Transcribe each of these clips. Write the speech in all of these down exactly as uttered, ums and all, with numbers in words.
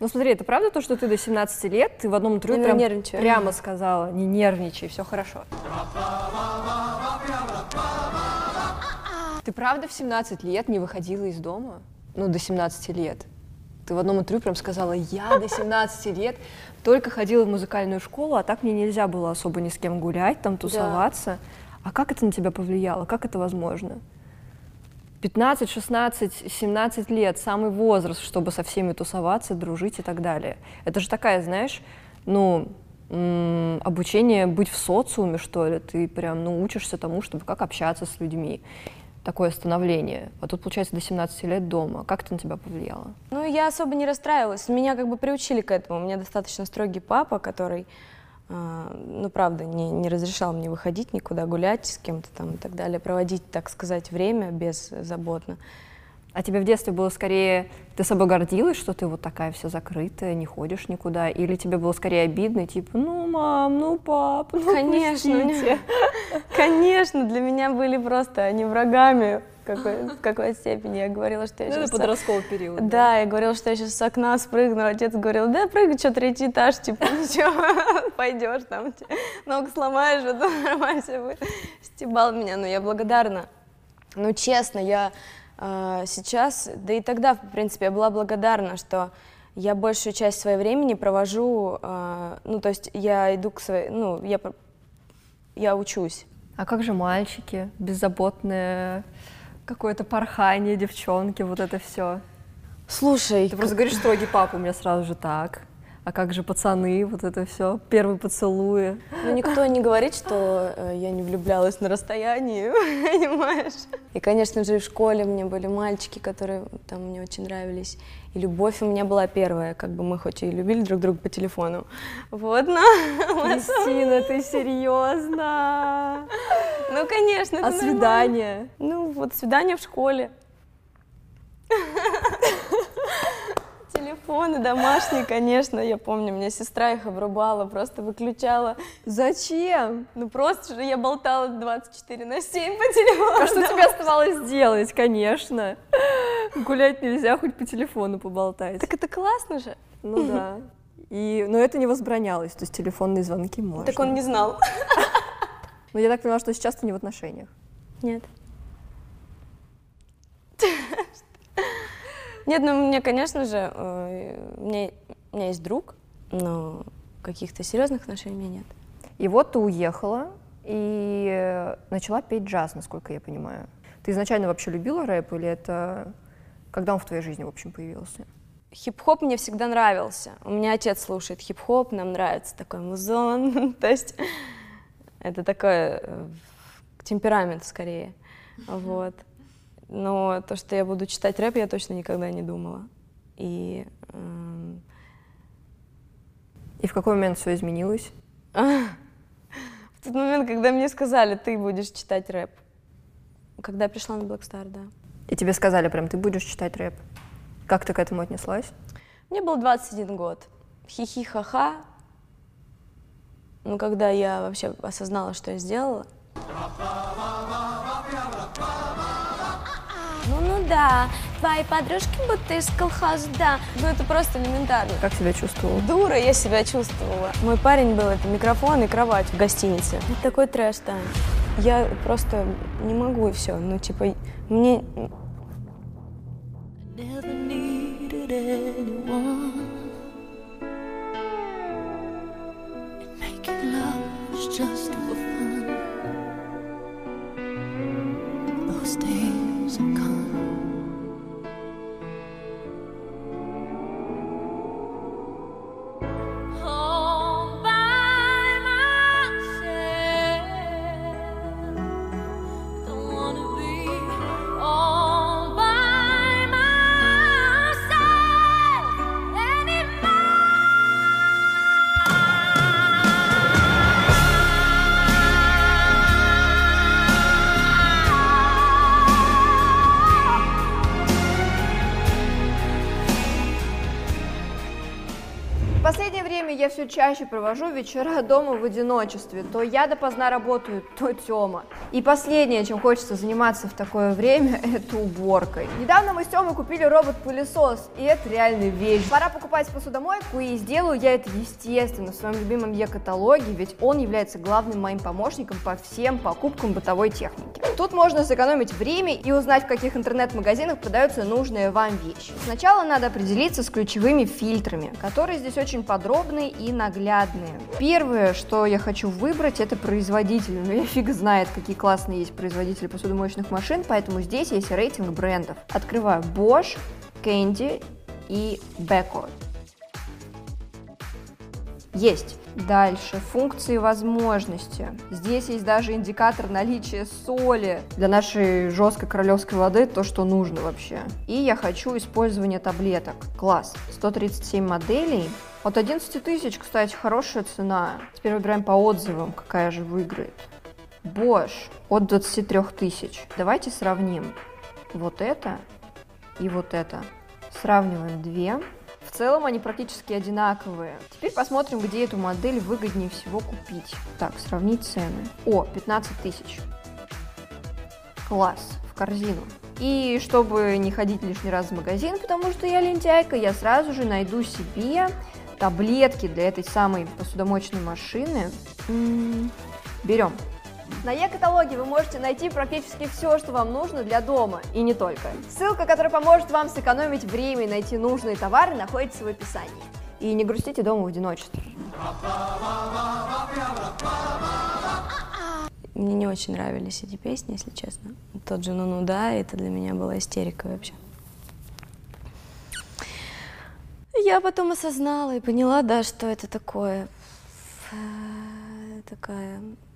Ну смотри, это правда то, что ты до семнадцати лет, ты в одном интервью прям, прямо сказала, не нервничай, все хорошо. Ты правда в семнадцать лет не выходила из дома? Ну, до семнадцати лет. Ты в одном интервью прям сказала, я до семнадцати лет только ходила в музыкальную школу, а так мне нельзя было особо ни с кем гулять, там тусоваться. Да. А как это на тебя повлияло? Как это возможно? пятнадцать, шестнадцать, семнадцать лет, самый возраст, чтобы со всеми тусоваться, дружить и так далее. Это же такая, знаешь, ну, м- обучение быть в социуме, что ли. Ты прям, ну, учишься тому, чтобы как общаться с людьми. Такое становление. А тут, получается, до семнадцати лет дома. Как это на тебя повлияло? Ну, я особо не расстраивалась. Меня как бы приучили к этому. У меня достаточно строгий папа, который, э, ну, правда, не, не разрешал мне выходить никуда, гулять с кем-то там и так далее, проводить, так сказать, время беззаботно. А тебе в детстве было скорее, ты собой гордилась, что ты вот такая вся закрытая, не ходишь никуда? Или тебе было скорее обидно, типа, ну, мам, ну, пап, ну, конечно, пустите. Конечно, для меня были просто они врагами в какой, в какой степени. Я говорила, что я ну, сейчас... Это подростковый период. Да, да, я говорила, что я сейчас с окна спрыгну. Отец говорил, да, прыгай, что, третий этаж, типа, ничего, пойдешь там, ногу сломаешь, вот нормально все будет. Стебал меня, но я благодарна. Ну, честно, я... Сейчас, да и тогда, в принципе, я была благодарна, что я большую часть своего времени провожу, ну, то есть я иду к своей, ну, я, я учусь. А как же мальчики, беззаботное какое-то порхание, девчонки, вот это все? Слушай, ты как... просто говоришь строгий папа, у меня сразу же так. А как же пацаны, вот это все, первые поцелуи? Ну, никто не говорит, что э, я не влюблялась на расстоянии, понимаешь? И, конечно же, в школе мне были мальчики, которые там мне очень нравились. И любовь у меня была первая, как бы мы хоть и любили друг друга по телефону. Вот, но... Кристина, ты серьезно? Ну, конечно, это А свидание? Ну, вот свидание в школе. Телефоны домашние, конечно, я помню, меня сестра их обрубала, просто выключала. Зачем? Ну просто же я болтала двадцать четыре на семь по телефону. А что тебе оставалось делать, конечно? Гулять нельзя, хоть по телефону поболтать. Так это классно же. Ну да. И, но это не возбранялось, то есть телефонные звонки можно. Так он не знал. Но я так поняла, что сейчас ты не в отношениях. Нет. Нет, ну, мне, конечно же, э, у, меня, у меня есть друг, но каких-то серьезных отношений у меня нет. И вот ты уехала и начала петь джаз, насколько я понимаю. Ты изначально вообще любила рэп, или это когда он в твоей жизни, в общем, появился? Хип-хоп мне всегда нравился. У меня отец слушает хип-хоп, нам нравится такой музон. То есть это такой э, темперамент скорее. Вот. Но то, что я буду читать рэп, я точно никогда не думала. И, эм... И в какой момент все изменилось? В тот момент, когда мне сказали, ты будешь читать рэп. Когда я пришла на Black Star, да. И тебе сказали прям, ты будешь читать рэп. Как ты к этому отнеслась? Мне был двадцать один год. Хи-хи-ха-ха. Ну, когда я вообще осознала, что я сделала. Ну, ну да, твои подружки будто из колхоза, да. Ну, это просто элементарно. Как себя чувствовала? Дура я себя чувствовала. Мой парень был, это микрофон и кровать в гостинице. Это такой трэш, Тань. Я просто не могу, и все. Ну, типа, мне... Oh В последнее время я все чаще провожу вечера дома в одиночестве. То я допоздна работаю, то Тёма. И последнее, чем хочется заниматься в такое время, это уборкой. Недавно мы с Тёмой купили робот-пылесос, и это реальная вещь. Пора покупать посудомойку, и сделаю я это, естественно, в своем любимом Е-каталоге, ведь он является главным моим помощником по всем покупкам бытовой техники. Тут можно сэкономить время и узнать, в каких интернет-магазинах продаются нужные вам вещи. Сначала надо определиться с ключевыми фильтрами, которые здесь очень подробные и наглядные. Первое, что я хочу выбрать, это производитель. Ну, я фиг знает, какие классные есть производители посудомоечных машин, поэтому здесь есть рейтинг брендов. Открываю Bosch, Candy и Beko. Есть. Дальше. Функции и возможности. Здесь есть даже индикатор наличия соли. Для нашей жесткой королевской воды то, что нужно вообще. И я хочу использование таблеток. Класс. сто тридцать семь моделей. От одиннадцати тысяч, кстати, хорошая цена. Теперь выбираем по отзывам, какая же выиграет. Bosch от двадцати трёх тысяч. Давайте сравним вот это и вот это. Сравниваем две. В целом они практически одинаковые. Теперь посмотрим, где эту модель выгоднее всего купить. Так, сравнить цены. О, пятнадцать тысяч. Класс, в корзину. И чтобы не ходить лишний раз в магазин, потому что я лентяйка, я сразу же найду себе таблетки для этой самой посудомоечной машины. М-м-м. Берем. На Е-каталоге вы можете найти практически все, что вам нужно для дома, и не только. Ссылка, которая поможет вам сэкономить время и найти нужные товары, находится в описании. И не грустите дома в одиночестве. Мне не очень нравились эти песни, если честно. Тот же «Ну-ну, да», это для меня была истерика вообще. Я потом осознала и поняла, да, что это такое. Такая...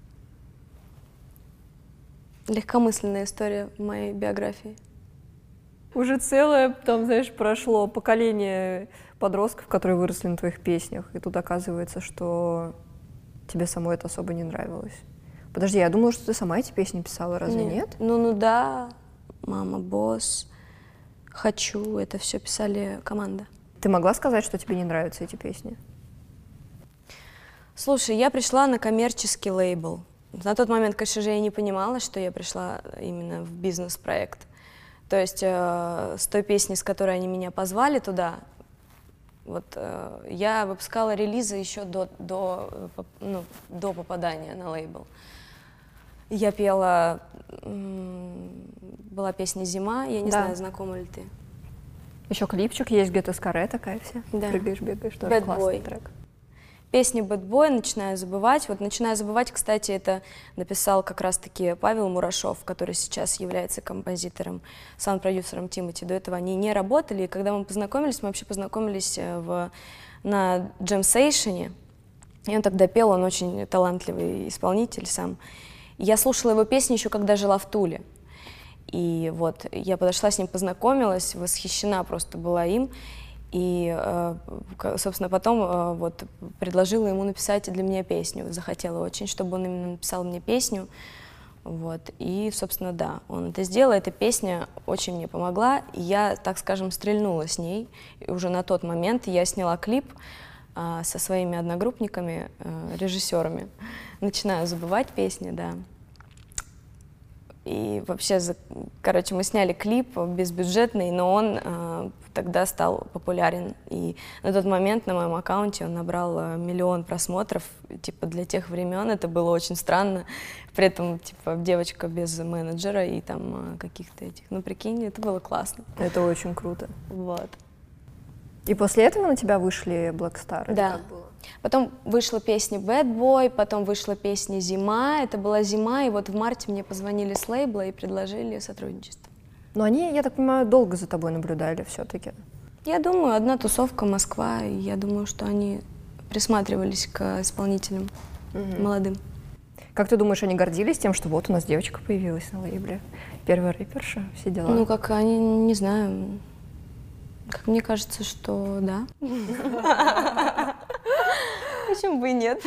легкомысленная история в моей биографии. Уже целое, там, знаешь, прошло поколение подростков, которые выросли на твоих песнях, и тут оказывается, что тебе самой это особо не нравилось. Подожди, я думала, что ты сама эти песни писала, разве нет? нет? Ну, ну да, «Мама, босс», «Хочу», это все писали команда. Ты могла сказать, что тебе не нравятся эти песни? Слушай, я пришла на коммерческий лейбл. На тот момент, конечно же, я не понимала, что я пришла именно в бизнес-проект. То есть э, с той песни, с которой они меня позвали туда, вот, э, я выпускала релизы еще до, до, ну, до попадания на лейбл. Я пела, была песня «Зима», я не да. знаю, знакома ли ты. Еще клипчик есть, где-то с каре такая вся. Да. Прыгаешь, бегаешь, тоже Bad классный Boy. трек. Песня «Bad Boy» «Начинаю забывать». Вот «Начинаю забывать», кстати, это написал как раз-таки Павел Мурашов, который сейчас является композитором, саунд-продюсером Тимати. До этого они не работали, и когда мы познакомились, мы вообще познакомились в, на джем-сейшене, и он тогда пел, он очень талантливый исполнитель сам. Я слушала его песни еще когда жила в Туле. И вот я подошла с ним, познакомилась, восхищена просто была им. И, собственно, потом вот предложила ему написать для меня песню. Захотела очень, чтобы он именно написал мне песню. Вот. И, собственно, да, он это сделал. Эта песня очень мне помогла. И я, так скажем, стрельнула с ней. И уже на тот момент я сняла клип а, со своими одногруппниками, а, режиссерами. «Начинаю забывать» песни, да. И вообще, короче, мы сняли клип безбюджетный, но он э, тогда стал популярен. И на тот момент на моем аккаунте он набрал э, миллион просмотров. Типа для тех времен это было очень странно. При этом, типа, девочка без менеджера и там э, каких-то этих. Ну, прикинь, это было классно. Это очень круто. Вот. И после этого на тебя вышли Black Star? Да. Как было? Потом вышла песня Bad Boy, потом вышла песня «Зима». Это была зима, и вот в марте мне позвонили с лейбла и предложили сотрудничество. Но они, я так понимаю, долго за тобой наблюдали все-таки. Я думаю, одна тусовка, Москва, и я думаю, что они присматривались к исполнителям угу. молодым. Как ты думаешь, они гордились тем, что вот у нас девочка появилась на лейбле? Первая рэперша, все дела? Ну, как они, не знаю, как мне кажется, что да. Почему бы и нет?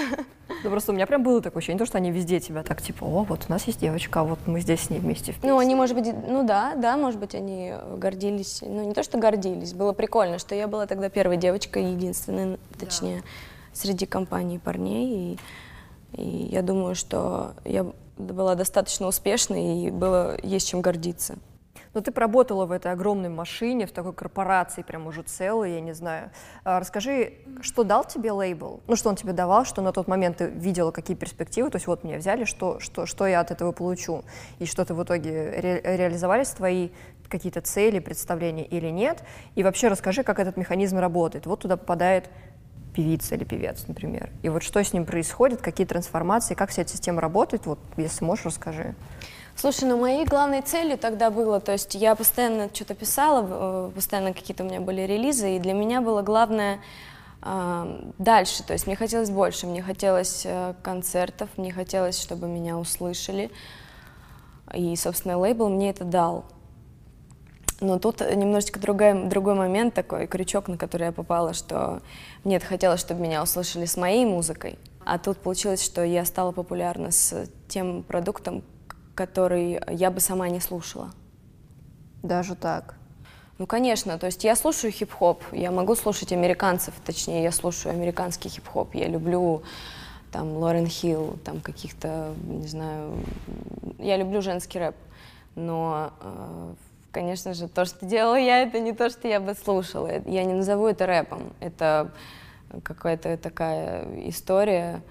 Ну просто у меня прям было такое ощущение, то, что они везде тебя так типа, о, вот у нас есть девочка, а вот мы здесь с ней вместе в песне. Ну, они, может быть, ну да, да, может быть, они гордились, ну не то, что гордились, было прикольно, что я была тогда первой девочкой, единственной, точнее, да. Среди компании парней, и, и я думаю, что я была достаточно успешной, и было есть чем гордиться. Но ты поработала в этой огромной машине, в такой корпорации, прям уже целой, я не знаю. А расскажи, что дал тебе лейбл? Ну, что он тебе давал, что на тот момент ты видела, какие перспективы, то есть вот меня взяли, что, что, что я от этого получу? И что ты в итоге ре реализовались твои какие-то цели, представления или нет? И вообще расскажи, как этот механизм работает. Вот туда попадает певица или певец, например. И вот что с ним происходит, какие трансформации, как вся эта система работает, вот если можешь, расскажи. Слушай, ну моей главной целью тогда было, то есть я постоянно что-то писала, постоянно какие-то у меня были релизы, и для меня было главное э, дальше, то есть мне хотелось больше, мне хотелось э, концертов, мне хотелось, чтобы меня услышали, и, собственно, лейбл мне это дал. Но тут немножечко другой, другой момент, такой крючок, на который я попала, что мне хотелось, чтобы меня услышали с моей музыкой, а тут получилось, что я стала популярна с тем продуктом, который я бы сама не слушала. Даже так? Ну, конечно, то есть я слушаю хип-хоп, я могу слушать американцев, точнее, я слушаю американский хип-хоп, я люблю там Лорен Хилл, там каких-то, не знаю, я люблю женский рэп, но, э, конечно же, то, что делала я, это не то, что я бы слушала, я не назову это рэпом, это какая-то такая история,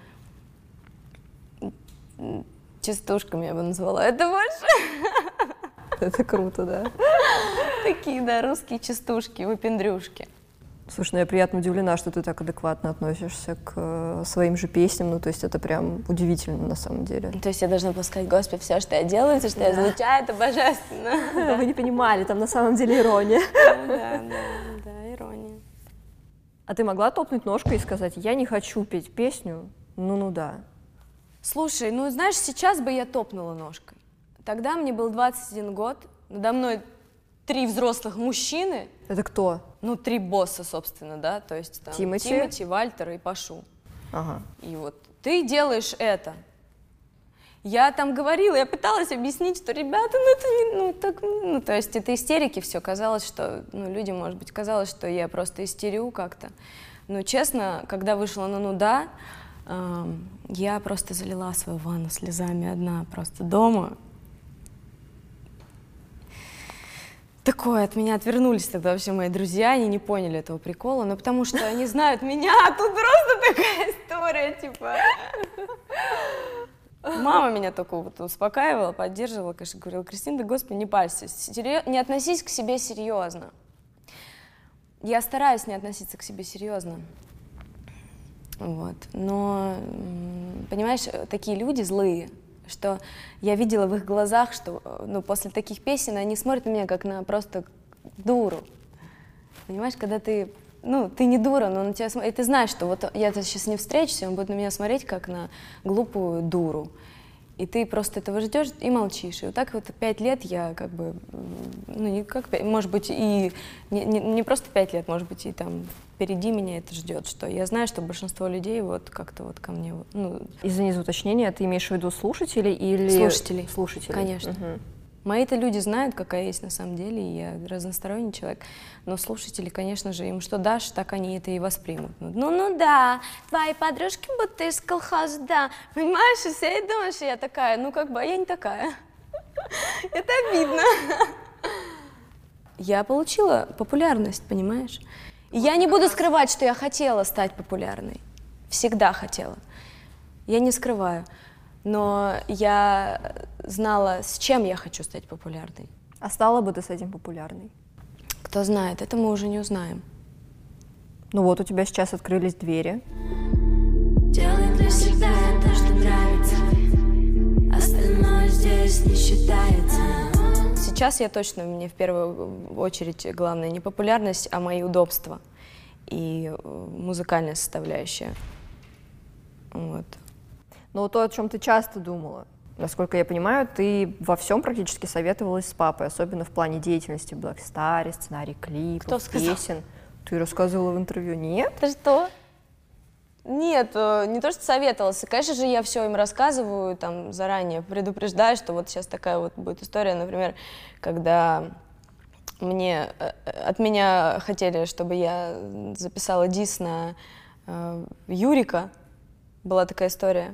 частушками я бы назвала это больше. Это круто, да? Такие, да, русские частушки, выпендрюшки. Слушай, ну я приятно удивлена, что ты так адекватно относишься к э, своим же песням, ну то есть это прям удивительно на самом деле. То есть я должна была сказать, Господи, все, что я делаю, все, что я звучаю, это божественно. Да, вы не понимали, там на самом деле ирония. Да, да, да, ирония. А ты могла топнуть ножкой и сказать, я не хочу петь песню, ну-ну да. Слушай, ну знаешь, сейчас бы я топнула ножкой. Тогда мне был двадцать один год, надо мной три взрослых мужчины. Это кто? Ну, три босса, собственно, да, то есть там Тимати, Тимати, Вальтер и Пашу. Ага. И вот ты делаешь это. Я там говорила, я пыталась объяснить, что, ребята, ну это не, ну так, ну то есть это истерики все, казалось, что, ну людям, может быть, казалось, что я просто истерю как-то. Но честно, когда вышла на «Ну да», я просто залила свою ванну слезами одна, просто дома. Такое, от меня отвернулись тогда вообще мои друзья, они не поняли этого прикола, но потому что они знают меня, а тут просто такая история, типа. Мама меня только вот успокаивала, поддерживала, конечно, говорила, Кристина, да господи, не парься, не относись к себе серьезно. Я стараюсь не относиться к себе серьезно. Вот. Но, понимаешь, такие люди злые, что я видела в их глазах, что ну, после таких песен они смотрят на меня как на просто дуру. Понимаешь, когда ты, ну, ты не дура, но на тебя смотрит, и ты знаешь, что вот я сейчас не встречусь, и он будет на меня смотреть как на глупую дуру. И ты просто этого ждешь и молчишь. И вот так вот пять лет я как бы, ну не как пять, может быть и не, не, не просто пять лет, может быть и там впереди меня это ждет, что я знаю, что большинство людей вот как-то вот ко мне, ну. Извини за уточнение, ты имеешь в виду слушателей или слушателей? Слушателей, конечно. Угу. Мои-то люди знают, какая я есть на самом деле, и я разносторонний человек, но слушатели, конечно же, им что дашь, так они это и воспримут. Ну, ну да, твои подружки будто из колхоза, да, понимаешь, и все думаешь, я такая, ну как бы, а я не такая. Это обидно. Я получила популярность, понимаешь? И я не буду скрывать, что я хотела стать популярной, всегда хотела, я не скрываю. Но я знала, с чем я хочу стать популярной. А стала бы ты с этим популярной? Кто знает, это мы уже не узнаем. Ну вот, у тебя сейчас открылись двери. Делай для себя то, что нравится. Остальное здесь не считается. Сейчас я точно, мне в первую очередь главное не популярность, а мои удобства и музыкальная составляющая. Вот. Но то, о чем ты часто думала, насколько я понимаю, ты во всем практически советовалась с папой, особенно в плане деятельности в Black Star, сценарий клипов, Кто сказал? песен. Ты рассказывала в интервью, нет? Это что? Нет, э, не то, что советовался. Конечно же, я все им рассказываю, там, заранее предупреждаю, что вот сейчас такая вот будет история, например, когда мне, э, от меня хотели, чтобы я записала дис на э, Юрика. Была такая история.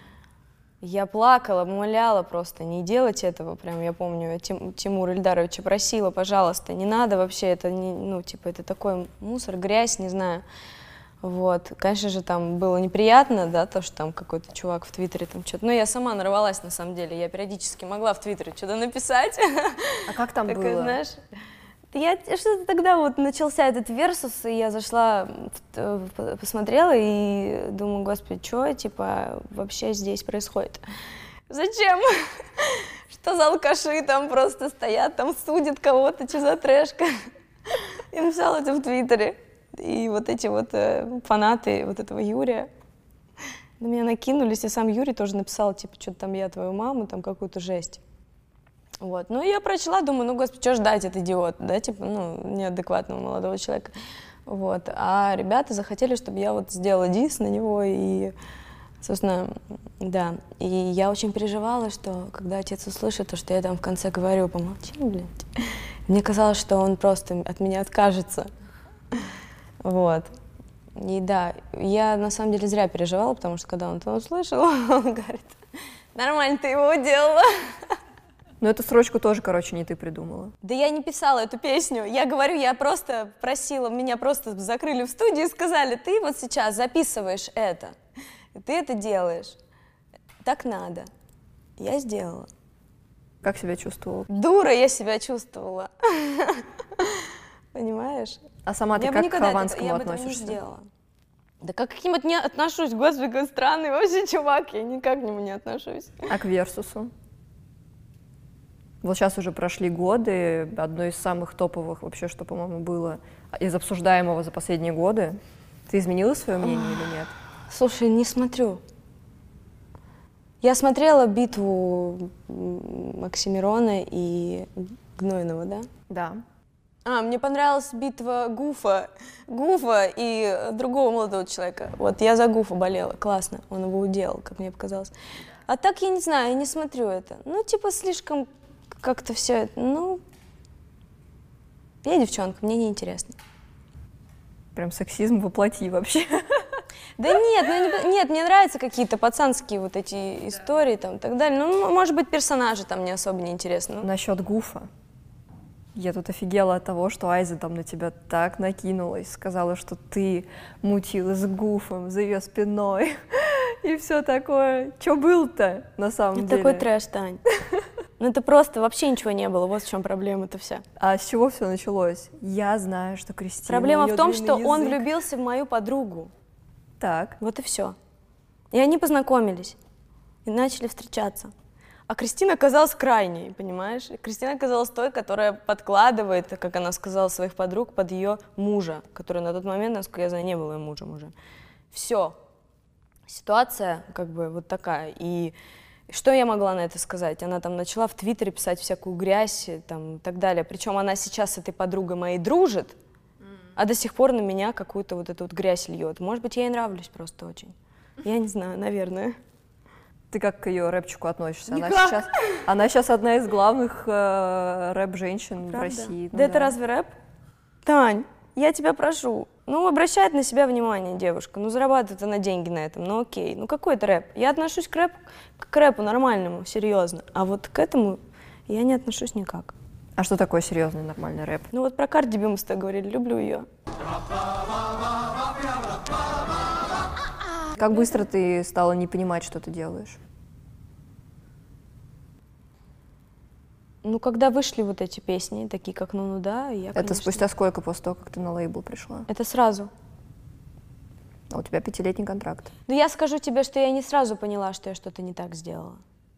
Я плакала, умоляла просто не делать этого. Прям я помню, Тим, Тимура Ильдаровича просила, пожалуйста, не надо вообще, это не, ну, типа, это такой мусор, грязь, не знаю. Вот, конечно же, там было неприятно, да, то, что там какой-то чувак в Твиттере там что-то. Но я сама нарвалась, на самом деле, я периодически могла в Твиттере что-то написать. А как там Такая, было? знаешь, я что-то тогда вот начался этот версус, и я зашла, посмотрела и думаю, господи, что, типа, вообще здесь происходит? Зачем? Что за алкаши там просто стоят, там судят кого-то, что за трэшка? Я написала это в Твиттере. И вот эти вот э, фанаты вот этого Юрия на меня накинулись, и сам Юрий тоже написал, типа, что-то там я твою маму, там какую-то жесть. Вот. Ну, я прочла, думаю, ну, господи, что ждать от идиота, да, типа, ну, неадекватного молодого человека. Вот. А ребята захотели, чтобы я вот сделала дис на него, и, собственно, да. И я очень переживала, что, когда отец услышит то, что я там в конце говорю, помолчи, блядь. Мне казалось, что он просто от меня откажется. Вот. И да, я на самом деле зря переживала, потому что когда он это услышал, он говорит, нормально ты его уделала. Но эту строчку тоже, короче, не ты придумала. Да я не писала эту песню. Я говорю, я просто просила, меня просто закрыли в студии и сказали, ты вот сейчас записываешь это, и ты это делаешь. Так надо. Я сделала. Как себя чувствовала? Дура я себя чувствовала. Понимаешь? А сама ты я как к Хованскому это, относишься? Я бы этого не сделала. Да как каким-то не отношусь, господи, какой странный вообще чувак, я никак к нему не отношусь. А к Версусу? Вот сейчас уже прошли годы, одно из самых топовых вообще, что, по-моему, было из обсуждаемого за последние годы. Ты изменила свое мнение или нет? Слушай, не смотрю. Я смотрела битву Оксимирона и Гнойного, да? Да. А, мне понравилась битва Гуфа, Гуфа и другого молодого человека. Вот, я за Гуфа болела, классно, он его уделал, как мне показалось. А так я не знаю, я не смотрю это. Ну, типа, слишком как-то все это, ну... Я девчонка, мне неинтересно. Прям сексизм воплоти вообще. Да нет, ну, не, нет, мне нравятся какие-то пацанские вот эти истории там и так далее. Ну, может быть, персонажи там мне особо не интересны. Насчет Гуфа. Я тут офигела от того, что Айза там на тебя так накинулась, сказала, что ты мутила с Гуфом за ее спиной и все такое. Че был-то на самом это деле? Такой трэш, Тань. Ну это просто вообще ничего не было, вот в чем проблема-то вся. А с чего все началось? Я знаю, что Кристина... Проблема в том, что язык. он влюбился в мою подругу. Так. Вот и все. И они познакомились и начали встречаться. А Кристина оказалась крайней, понимаешь? Кристина оказалась той, которая подкладывает, как она сказала, своих подруг под ее мужа, который на тот момент, насколько я знаю, не был ее мужем уже. Все. Ситуация как бы вот такая. И что я могла на это сказать? Она там начала в Твиттере писать всякую грязь там, и так далее. Причем она сейчас с этой подругой моей дружит, а до сих пор на меня какую-то вот эту вот грязь льет. Может быть, я ей нравлюсь просто очень. Я не знаю, наверное. Ты как к ее рэпчику относишься? Она сейчас, она сейчас одна из главных э, рэп-женщин в России. Да, да это разве рэп? Тань, я тебя прошу. Ну, обращает на себя внимание девушка. Ну, зарабатывает она деньги на этом. Ну, окей. Ну, какой это рэп? Я отношусь к рэпу, к рэпу нормальному, серьезно. А вот к этому я не отношусь никак. А что такое серьезный нормальный рэп? Ну, вот про Карди Би мы с тобой говорили. Люблю ее. Как быстро ты стала не понимать, что ты делаешь? Ну, когда вышли вот эти песни, такие как «Ну-ну да», я, Это конечно... спустя сколько после того, как ты на лейбл пришла? Это сразу. А у тебя пятилетний контракт. Но я скажу тебе, что я не сразу поняла, что я что-то не так сделала.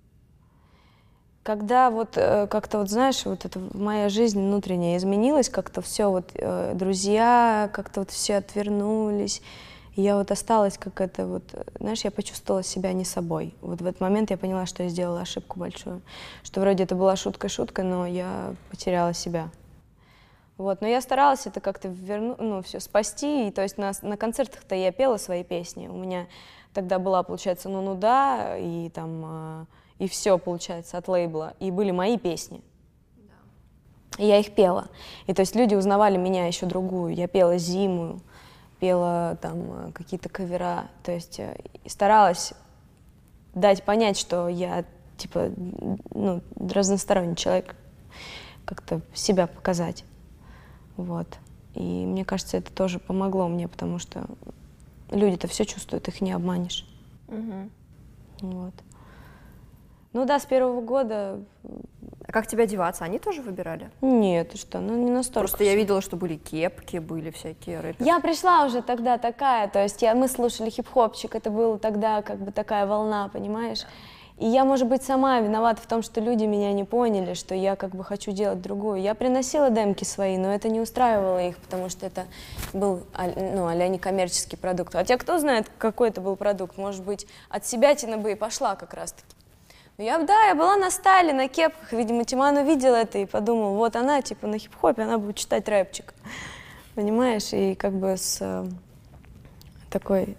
Когда вот э, как-то вот, знаешь, вот эта моя жизнь внутренняя изменилась, как-то все вот, э, друзья, как-то вот все отвернулись, и я вот осталась как это вот, знаешь, я почувствовала себя не собой. Вот в этот момент я поняла, что я сделала ошибку большую, что вроде это была шутка-шутка, но я потеряла себя. Вот, но я старалась это как-то верну, ну, все спасти, и, то есть на, на концертах-то я пела свои песни, у меня тогда была, получается, «Ну, ну да», и там, и все, получается, от лейбла, и были мои песни, да. И я их пела, и то есть люди узнавали меня еще другую, я пела «Зиму», пела там какие-то кавера, то есть старалась дать понять, что я, типа, ну, разносторонний человек, как-то себя показать. Вот. И мне кажется, это тоже помогло мне, потому что люди-то все чувствуют, их не обманешь. Угу. Вот. Ну да, с первого года... А как тебя одеваться? Они тоже выбирали? Нет, ты что, ну не настолько. Просто я видела, что были кепки, были всякие рэперы. Я пришла уже тогда такая, то есть я, мы слушали хип-хопчик, это была тогда как бы такая волна, понимаешь? И я, может быть, сама виновата в том, что люди меня не поняли, что я как бы хочу делать другую. Я приносила демки свои, но это не устраивало их, потому что это был, ну, а-ля некоммерческий продукт. Хотя кто знает, какой это был продукт, может быть, от себятины бы и пошла как раз-таки. Но я, да, я была на стайле, на кепках, видимо, Тиман увидел это и подумал, вот она, типа, на хип-хопе, она будет читать рэпчик, понимаешь? И как бы с э, такой...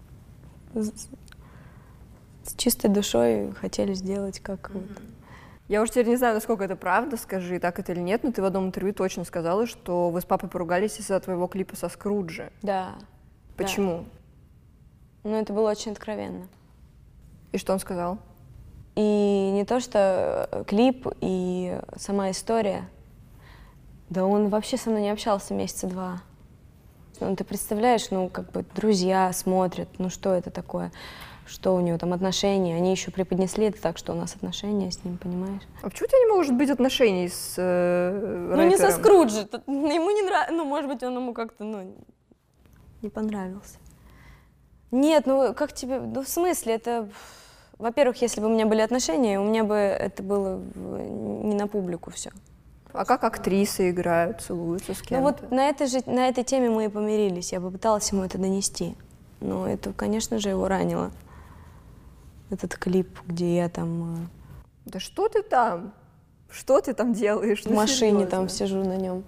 с чистой душой хотели сделать как вот. Я уж теперь не знаю, насколько это правда, скажи, так это или нет, но ты в одном интервью точно сказала, что вы с папой поругались из-за твоего клипа со Скруджи. Да. Почему? Да. Ну, это было очень откровенно. И что он сказал? И не то, что клип и сама история, да он вообще со мной не общался месяца два. Ну, ты представляешь, ну, как бы друзья смотрят, ну, что это такое? Что у него там отношения, они еще преподнесли это так, что у нас отношения с ним, понимаешь? А почему у тебя не может быть отношений с э, рэпером? Ну не со Скруджи, ему не нравится, ну может быть он ему как-то, ну, не понравился. Нет, ну как тебе, ну в смысле, это, во-первых, если бы у меня были отношения, у меня бы это было не на публику все. А как актрисы играют, целуются с кем-то? Ну вот на этой же, на этой теме мы и помирились, я попыталась ему это донести, но это, конечно же, его ранило. Этот клип, где я там... Да что ты там? Что ты там делаешь? В ну, машине серьезно. там сижу на нем.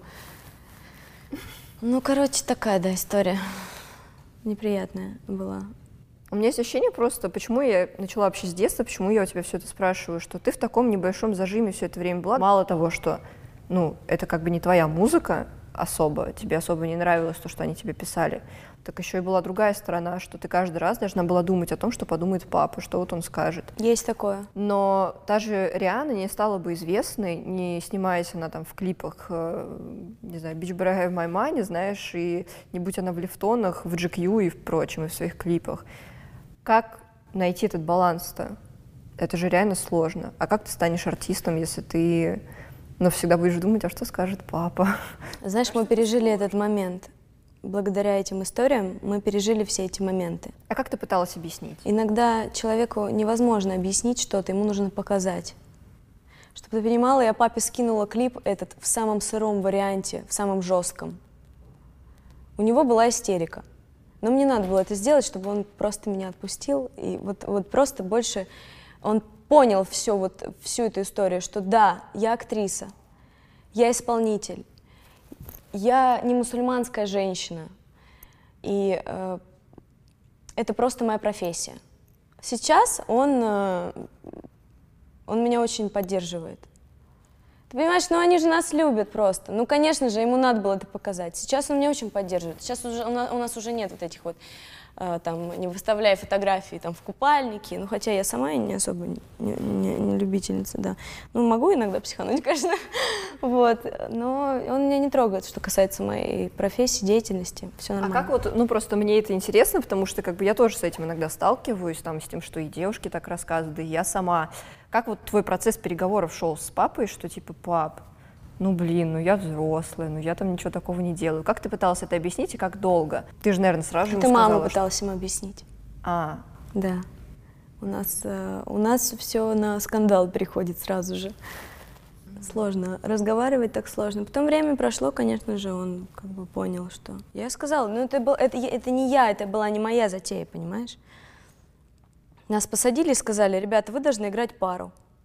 Ну, короче, такая, да, история. Неприятная была. У меня есть ощущение просто, почему я начала вообще с детства, почему я у тебя все это спрашиваю, что ты в таком небольшом зажиме все это время была. Мало того, что, ну, это как бы не твоя музыка особо, тебе особо не нравилось то, что они тебе писали, так еще и была другая сторона, что ты каждый раз должна была думать о том, что подумает папа, что вот он скажет. Есть такое. Но та же Риhanna не стала бы известной, не снимаясь она там в клипах, не знаю, Bitch Better Have My Money, знаешь, и не будь она в Лифтонах, в джи кью и в прочем, и в своих клипах. Как найти этот баланс-то? Это же реально сложно. А как ты станешь артистом, если ты, ну, всегда будешь думать, а что скажет папа? Знаешь, мы пережили этот момент. Благодаря этим историям мы пережили все эти моменты. А как ты пыталась объяснить? Иногда человеку невозможно объяснить что-то, ему нужно показать. Чтобы ты понимала, я папе скинула клип этот в самом сыром варианте, в самом жестком. У него была истерика. Но мне надо было это сделать, чтобы он просто меня отпустил. И вот, вот просто больше он понял все, вот, всю эту историю, что да, я актриса, я исполнитель. Я не мусульманская женщина, и э, это просто моя профессия. Сейчас он, э, он меня очень поддерживает. Ты понимаешь, ну они же нас любят просто. Ну, конечно же, ему надо было это показать. Сейчас он меня очень поддерживает. Сейчас уже, у, нас, у нас уже нет вот этих вот, э, там, не выставляя фотографии там, в купальнике. Ну, хотя я сама не особо не, не, не любительница, да. Ну, могу иногда психануть, конечно. Вот. Но он меня не трогает, что касается моей профессии, деятельности. Все нормально. А как вот, ну просто мне это интересно, потому что как бы я тоже с этим иногда сталкиваюсь, там, с тем, что и девушки так рассказывают, да и я сама. Как вот твой процесс переговоров шел с папой, что типа, пап, ну блин, ну я взрослая, ну я там ничего такого не делаю. Как ты пыталась это объяснить и как долго? Ты же, наверное, сразу же ему Это сказала, мама что... пыталась ему объяснить. А. Да. У нас, э, у нас все на скандал приходит сразу же. Сложно. Разговаривать так сложно. Потом время прошло, конечно же, он как бы понял, что... Я сказала, ну это, был, это, это не я, это была не моя затея, понимаешь? Нас посадили и сказали, ребята, вы должны играть пару.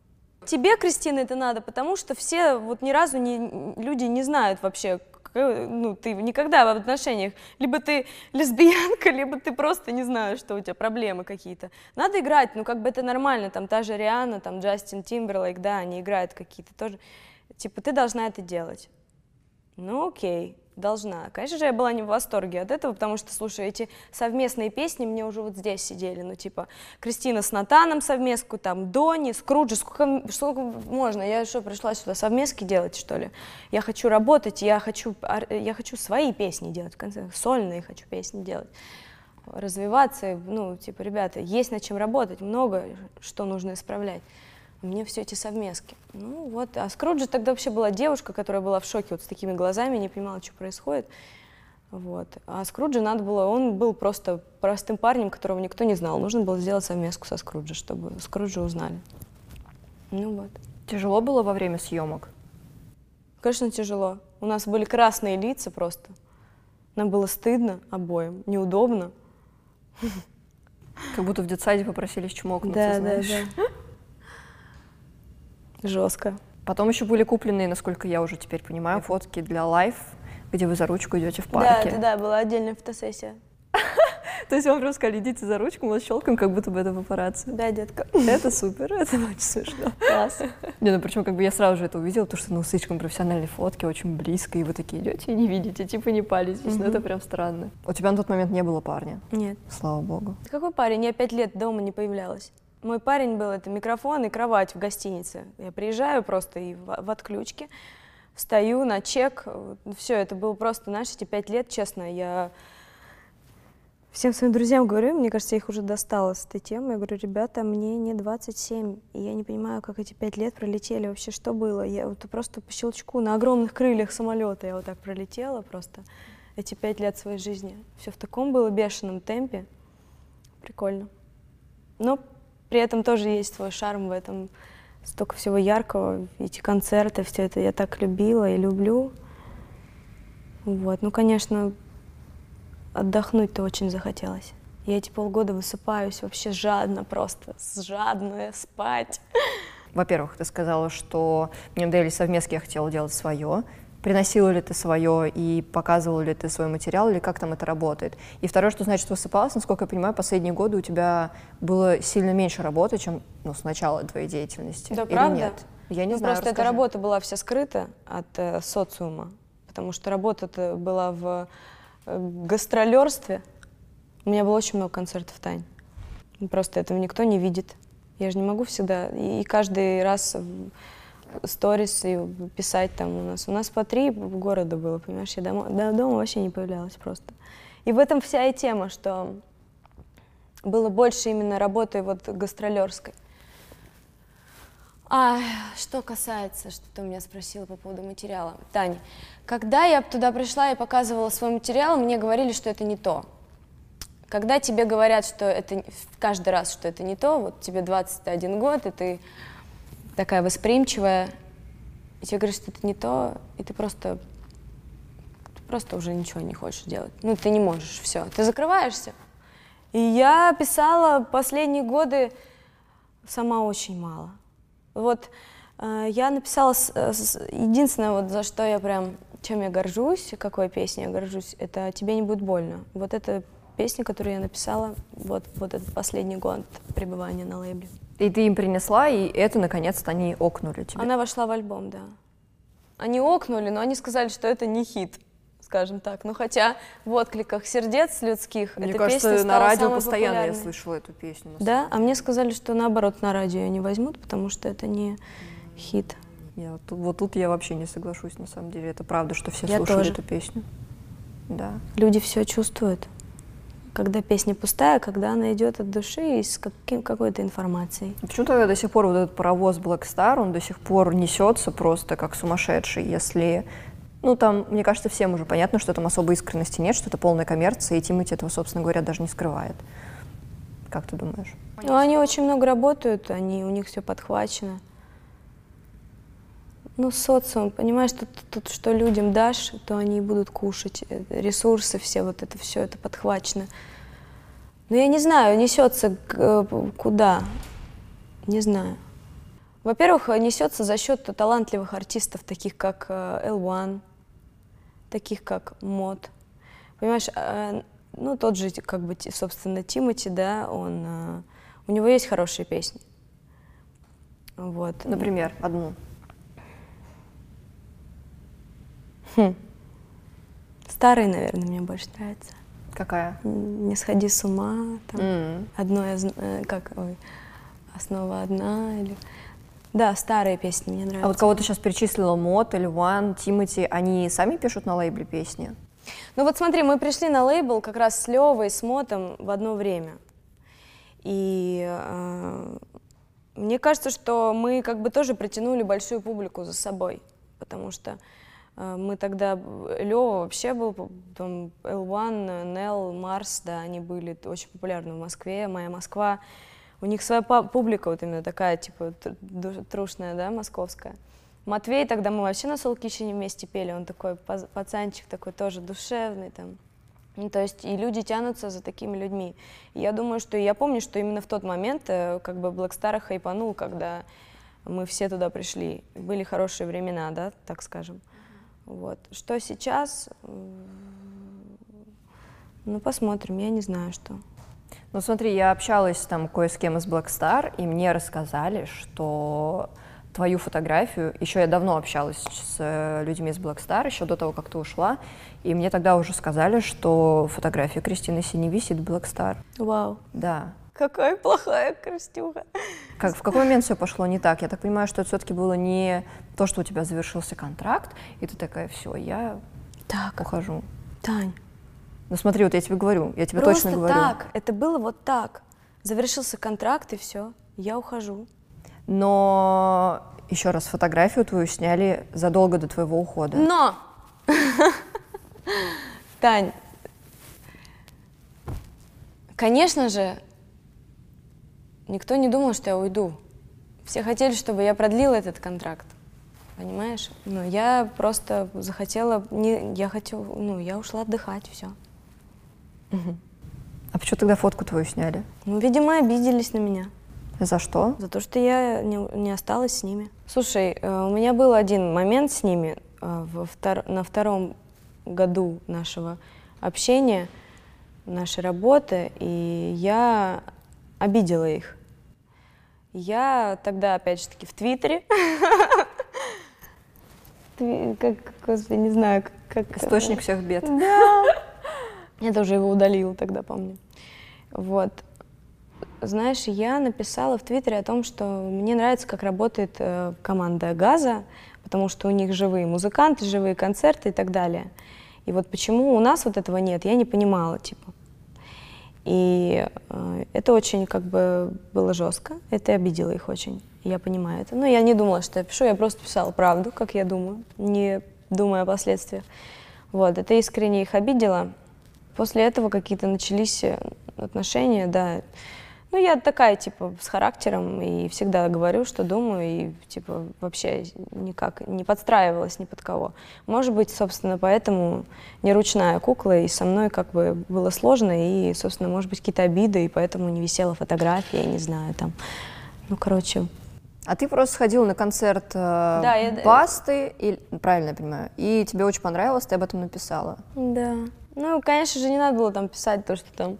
Тебе, Кристина, это надо, потому что все вот ни разу не, люди не знают вообще, ну, ты никогда в отношениях, либо ты лесбиянка, либо ты просто не знаешь, что у тебя проблемы какие-то. Надо играть, ну, как бы это нормально, там, та же Риhanna, там, Джастин Тимберлейк, да, они играют какие-то тоже, типа, ты должна это делать. Ну, окей, должна. Конечно же, я была не в восторге от этого, потому что, слушай, эти совместные песни мне уже вот здесь сидели, ну, типа, Кристина с Натаном совместку, там, Дони, Скруджи, сколько, сколько можно? Я что, пришла сюда совместки делать, что ли? Я хочу работать, я хочу, я хочу свои песни делать, в конце, сольные хочу песни делать, развиваться, ну, типа, ребята, есть над чем работать, много что нужно исправлять. Мне все эти совместки. Ну вот, а Скруджи тогда вообще была девушка, которая была в шоке вот с такими глазами, не понимала, что происходит. Вот. А Скруджи надо было, он был просто простым парнем, которого никто не знал. Нужно было сделать совместку со Скруджи, чтобы Скруджи узнали. Ну вот. Тяжело было во время съемок? Конечно, тяжело. У нас были красные лица просто. Нам было стыдно обоим, неудобно. Как будто в детсаде попросились чмокнуться, да, знаешь. Да, да. Жестко. Потом еще были купленные, насколько я уже теперь понимаю, фотки для лайв, где вы за ручку идете в парке. Да, да, да, была отдельная фотосессия. То есть вам просто сказали, идите за ручку, мы щелкаем, как будто бы это папарацци. Да, детка. Это супер, это очень смешно. Класс. Не, ну причем как бы я сразу же это увидела, потому что ну слишком профессиональные фотки, очень близко, и вы такие идете и не видите, типа не палитесь, mm-hmm. ну это прям странно. У тебя на тот момент не было парня? Нет. Слава богу. Какой парень? Я пять лет дома не появлялась. Мой парень был, это микрофон и кровать в гостинице. Я приезжаю просто и в, в отключке, встаю на чек. Все, это было просто, знаешь, эти пять лет, честно, я всем своим друзьям говорю, мне кажется, я их уже достала с этой темы. Я говорю, ребята, мне не двадцать семь, и я не понимаю, как эти пять лет пролетели, вообще что было. Я вот просто по щелчку на огромных крыльях самолета я вот так пролетела просто эти пять лет своей жизни. Все в таком было бешеном темпе. Прикольно. Но при этом тоже есть свой шарм в этом, столько всего яркого, эти концерты, все это я так любила и люблю. Вот, ну, конечно, отдохнуть-то очень захотелось. Я эти полгода высыпаюсь вообще жадно просто, жадно спать. Во-первых, ты сказала, что мне дали совместки, я хотела делать свое. Приносила ли ты свое и показывала ли ты свой материал, или как там это работает? И второе, что значит высыпалась, насколько я понимаю, последние годы у тебя было сильно меньше работы, чем ну, с начала твоей деятельности. Да, или правда? Нет? Я не ну, знаю, Просто расскажи. эта работа была вся скрыта от э, социума, потому что работа-то была в э, гастролерстве. У меня было очень много концертов, Тань. Просто этого никто не видит. Я же не могу всегда, и, и каждый раз сторис и писать там у нас. У нас по три города было, понимаешь, я дома, до дома вообще не появлялась просто. И в этом вся и тема, что было больше именно работы вот гастролерской. А что касается, что ты у меня спросила по поводу материала. Таня, когда я туда пришла и показывала свой материал, мне говорили, что это не то. Когда тебе говорят, что это каждый раз, что это не то, вот тебе двадцать один год, и ты такая восприимчивая, и тебе говорят, что это не то, и ты просто, ты просто уже ничего не хочешь делать. Ну, ты не можешь, все, ты закрываешься. И я писала последние годы сама очень мало. Вот э, я написала, с, с, единственное, вот за что я прям, чем я горжусь, какой песней я горжусь, это «Тебе не будет больно». Вот это песня, которую я написала, вот, вот этот последний год пребывания на лейбле. И ты им принесла, и это, наконец-то, они окнули тебе. Она вошла в альбом, да. Они окнули, но они сказали, что это не хит, скажем так. Ну, хотя в откликах сердец людских Мне эта кажется, песня на стала радио самой постоянно популярной. я слышала эту песню. Да? А мне сказали, что наоборот, на радио ее не возьмут, потому что это не хит. Я, тут, вот тут я вообще не соглашусь, на самом деле. Это правда, что все Я слушали тоже. эту песню. Да. Люди все чувствуют. Когда песня пустая, когда она идет от души и с каким, какой-то информацией. Почему тогда до сих пор вот этот паровоз Black Star, он до сих пор несется просто как сумасшедший, если... Ну, там, мне кажется, всем уже понятно, что там особой искренности нет, что это полная коммерция, и Тимати этого, собственно говоря, даже не скрывает. Как ты думаешь? Ну, они очень много работают, они, у них все подхвачено. Ну, социум, понимаешь, тут, тут что людям дашь, то они и будут кушать. Ресурсы все, вот это все, это подхвачено. Но я не знаю, несется куда, не знаю. Во-первых, несется за счет талантливых артистов, таких как эл уан, таких как Мод. Понимаешь, ну тот же, как бы, собственно, Тимати, да, он, у него есть хорошие песни. Вот. Например, одну. Хм. Старые, наверное, мне больше нравятся. Какая? «Не сходи с ума», там, Mm. «Одно из, как, ой, «Основа одна», или... Да, старые песни мне нравятся. А вот кого ты сейчас перечислила, Мод, эл уан, Тимати, они сами пишут на лейбле песни? Ну вот смотри, мы пришли на лейбл как раз с Левой, с Мотом в одно время. И э, мне кажется, что мы как бы тоже притянули большую публику за собой, потому что э, мы тогда, Лева вообще был, там, эл уан, Нел, Марс, да, они были очень популярны в Москве, «Моя Москва». У них своя публика вот именно такая, типа, трушная, да, московская. Матвей, тогда мы вообще на Солкищине вместе пели, он такой пацанчик, такой тоже душевный там. Ну, то есть и люди тянутся за такими людьми. И я думаю, что я помню, что именно в тот момент как бы Black Star хайпанул, когда мы все туда пришли. Были хорошие времена, да, так скажем. Вот. Что сейчас? Ну, посмотрим, я не знаю, что. Ну смотри, я общалась там кое с кем из Black Star, и мне рассказали, что твою фотографию, еще я давно общалась с людьми из Black Star, еще до того, как ты ушла, и мне тогда уже сказали, что фотография Кристины Сини висит в Black Star. Вау. Да. Какая плохая Кристюха. Как, в какой момент все пошло не так? Я так понимаю, что это все-таки было не то, что у тебя завершился контракт, и ты такая, все, я так ухожу. Тань. Ну смотри, вот я тебе говорю, я тебе Просто точно говорю. так, это было вот так. Завершился контракт, и все, я ухожу. Но, еще раз, фотографию твою сняли задолго до твоего ухода. Но! Тань, конечно же, никто не думал, что я уйду. Все хотели, чтобы я продлила этот контракт. Понимаешь? Но я просто захотела, не, я хотела, ну, я ушла отдыхать, все. Угу. А почему тогда фотку твою сняли? Ну, видимо, обиделись на меня. За что? За то, что я не, не осталась с ними. Слушай, у меня был один момент с ними во втор, на втором году нашего общения, нашей работы, и я обидела их. Я тогда, опять же таки, в Твиттере, как, господи, не знаю, как... Источник всех бед. Да. Я тоже его удалила тогда, помню. Вот. Знаешь, я написала в Твиттере о том, что мне нравится, как работает э, команда «Газа», потому что у них живые музыканты, живые концерты и так далее. И вот почему у нас вот этого нет, я не понимала, типа. И э, это очень, как бы, было жестко, это обидело их очень, я понимаю это. Но я не думала, что я пишу, я просто писала правду, как я думаю, не думая о последствиях. Вот, это искренне их обидело. После этого какие-то начались отношения, да. Ну, я такая, типа, с характером, и всегда говорю, что думаю, и, типа, вообще никак не подстраивалась ни под кого. Может быть, собственно, поэтому не ручная кукла, и со мной как бы было сложно, и, собственно, может быть, какие-то обиды, и поэтому не висела фотография, я не знаю, там, ну, короче... А ты просто сходила на концерт э, да, я... Басты, и, правильно я понимаю, и тебе очень понравилось, ты об этом написала. Да. Ну, конечно же, не надо было там писать то, что там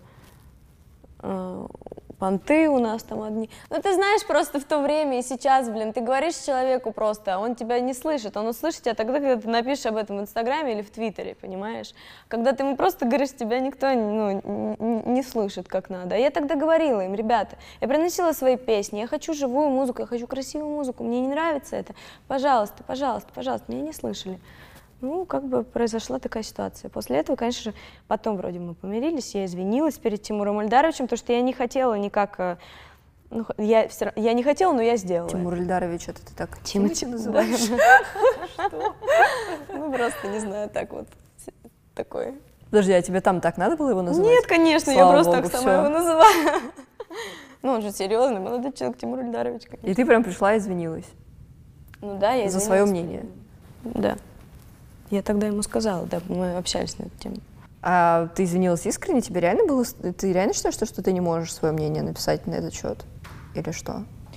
э, понты у нас там одни. Ну, ты знаешь, просто в то время и сейчас, блин, ты говоришь человеку просто, а он тебя не слышит. Он услышит тебя тогда, когда ты напишешь об этом в Инстаграме или в Твиттере, понимаешь? Когда ты ему просто говоришь, тебя никто, ну, не слышит как надо. А я тогда говорила им, ребята, я приносила свои песни, я хочу живую музыку, я хочу красивую музыку, мне не нравится это. Пожалуйста, пожалуйста, пожалуйста, меня не слышали. Ну, как бы произошла такая ситуация. После этого, конечно же, потом вроде мы помирились, я извинилась перед Тимуром Ильдаровичем, потому что я не хотела никак... Ну, я, все равно, я не хотела, но я сделала. Тимур это. Ильдарович, это ты так Тимати называешь? Что? Ну, просто, не знаю, так вот, такой. Подожди, а тебе там так надо было его называть? Нет, конечно, я Слава просто Богу, так сама всё. его называю. Ну, он же серьезный, молодой человек, Тимур Ильдарович, конечно. И ты прям пришла и извинилась? Ну да, я За извинилась. свое мнение? Да. Я тогда ему сказала, да, мы общались на эту тему. А ты извинилась искренне? Тебе реально было... Ты реально считаешь, что, что ты не можешь свое мнение написать на этот счет? Или что?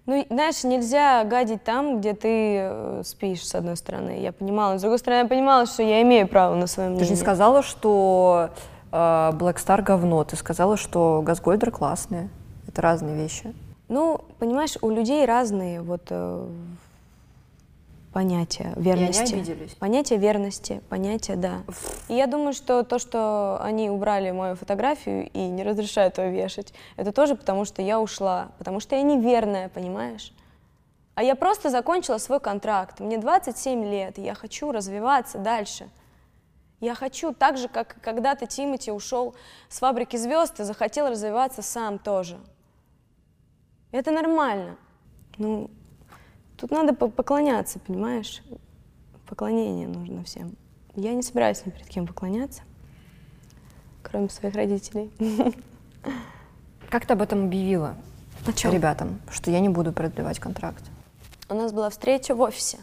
Ну, знаешь, нельзя гадить там, где ты э, спишь, с одной стороны, я понимала. С другой стороны, я понимала, что я имею право на свое мнение. Ты же не сказала, что э, Black Star говно, ты сказала, что Газгольдер классные. Это разные вещи. Ну, понимаешь, у людей разные вот э, понятия верности. И они обиделись. Понятие верности, понятие, да. И я думаю, что то, что они убрали мою фотографию и не разрешают ее вешать, это тоже потому, что я ушла, потому что я неверная, понимаешь? А я просто закончила свой контракт. Мне двадцать семь лет, и я хочу развиваться дальше. Я хочу так же, как когда-то Тимати ушел с «Фабрики звезд» и захотел развиваться сам тоже. Это нормально. Ну, тут надо поклоняться, понимаешь? Поклонение нужно всем. Я не собираюсь ни перед кем поклоняться, кроме своих родителей. Как ты об этом объявила О чем? ребятам, что я не буду продлевать контракт? У нас была встреча в офисе.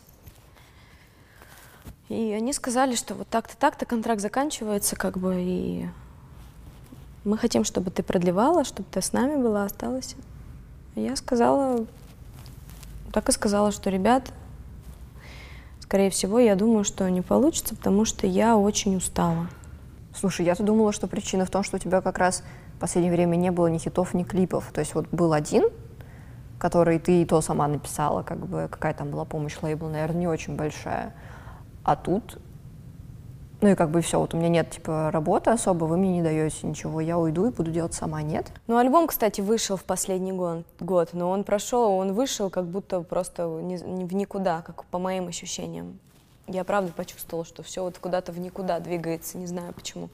И они сказали, что вот так-то, так-то контракт заканчивается, как бы, и мы хотим, чтобы ты продлевала, чтобы ты с нами была, осталась. И я сказала, так и сказала, что, ребят, скорее всего, я думаю, что не получится, потому что я очень устала. Слушай, я-то думала, что причина в том, что у тебя как раз в последнее время не было ни хитов, ни клипов. То есть вот был один, который ты и то сама написала, как бы, какая там была помощь лейбла, наверное, не очень большая. А тут, ну и как бы все, вот у меня нет, типа, работы особо, вы мне не даете ничего, я уйду и буду делать сама, нет? Ну, альбом, кстати, вышел в последний год, год, но он прошел, он вышел как будто просто не, не в никуда, как по моим ощущениям. Я правда почувствовала, что все вот куда-то в никуда двигается, не знаю почему.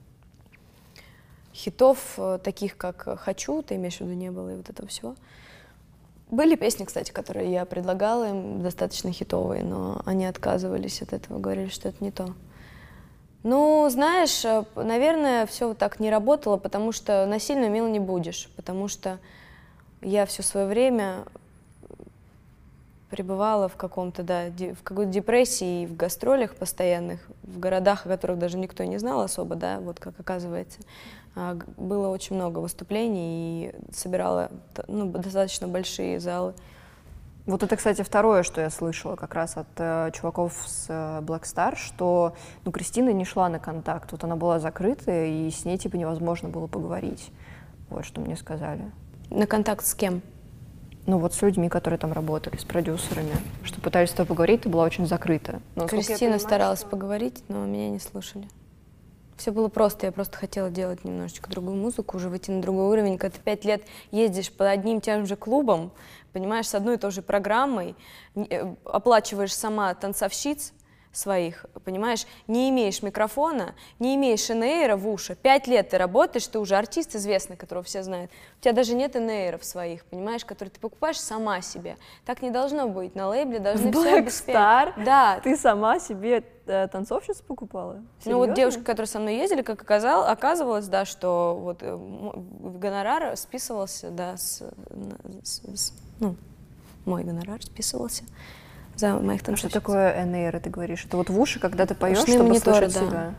Хитов таких, как «Хочу», ты имеешь в виду, не было, и вот этого всего. Были песни, кстати, которые я предлагала им, достаточно хитовые, но они отказывались от этого, говорили, что это не то. Ну, знаешь, наверное, все вот так не работало, потому что насильно мил не будешь, потому что я все свое время пребывала в каком-то, да, в какой-то депрессии, в гастролях постоянных, в городах, о которых даже никто не знал особо, да, вот как оказывается. Было очень много выступлений и собирала, ну, достаточно большие залы. Вот это, кстати, второе, что я слышала как раз от э, чуваков с э, Black Star, что, ну, Кристина не шла на контакт, вот она была закрыта, и с ней, типа, невозможно было поговорить. Вот что мне сказали. На контакт с кем? Ну, вот с людьми, которые там работали, с продюсерами, что пытались с тобой поговорить, ты была очень закрыта. Но, Кристина понимаю, старалась что... поговорить, но меня не слушали. Все было просто, я просто хотела делать немножечко другую музыку, уже выйти на другой уровень. Когда ты пять лет ездишь под одним тем же клубом, понимаешь, с одной и той же программой, оплачиваешь сама танцовщиц своих, понимаешь, не имеешь микрофона, не имеешь инейра в уши. Пять лет ты работаешь, ты уже артист известный, которого все знают. У тебя даже нет инейров своих, понимаешь, которые ты покупаешь сама себе. Так не должно быть. На лейбле должны все обеспечить. Black Star? Да. Ты сама себе э, танцовщиц покупала? Ну вот Серьезно? девушки, которые со мной ездили, как оказал, оказывалось, да, что вот э, гонорар списывался, да, с, с, с, ну, мой гонорар списывался за моих А танцовщиц. что такое эн эй эр, ты говоришь? Это вот в уши, когда ты поешь, Ушные чтобы мониторы, слышать да. себя?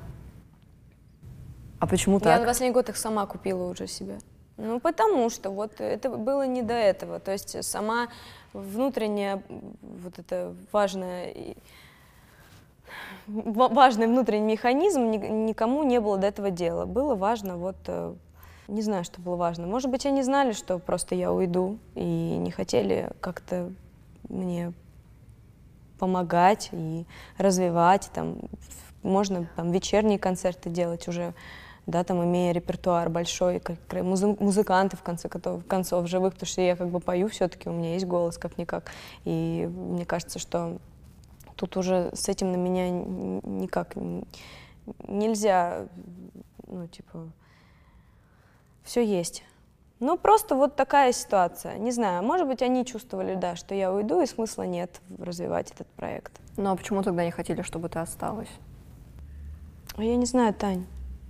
А почему Я так? на последний год их сама купила уже себе. Ну, потому что вот это было не до этого. То есть сама внутренняя, вот это важная, важный внутренний механизм никому не было до этого дела. Было важно вот... Не знаю, что было важно. Может быть, они знали, что просто я уйду, и не хотели как-то мне помогать и развивать. Там, можно там, вечерние концерты делать уже, да, там, имея репертуар большой, как музыканты, в конце концов, концов живых, потому что я как бы пою все-таки, у меня есть голос как-никак. И мне кажется, что тут уже с этим на меня никак нельзя, ну, типа... Все есть. Ну, просто вот такая ситуация. Не знаю, может быть, они чувствовали, да, что я уйду, и смысла нет развивать этот проект. Ну, а почему тогда не хотели, чтобы ты осталась? А я не знаю, Тань.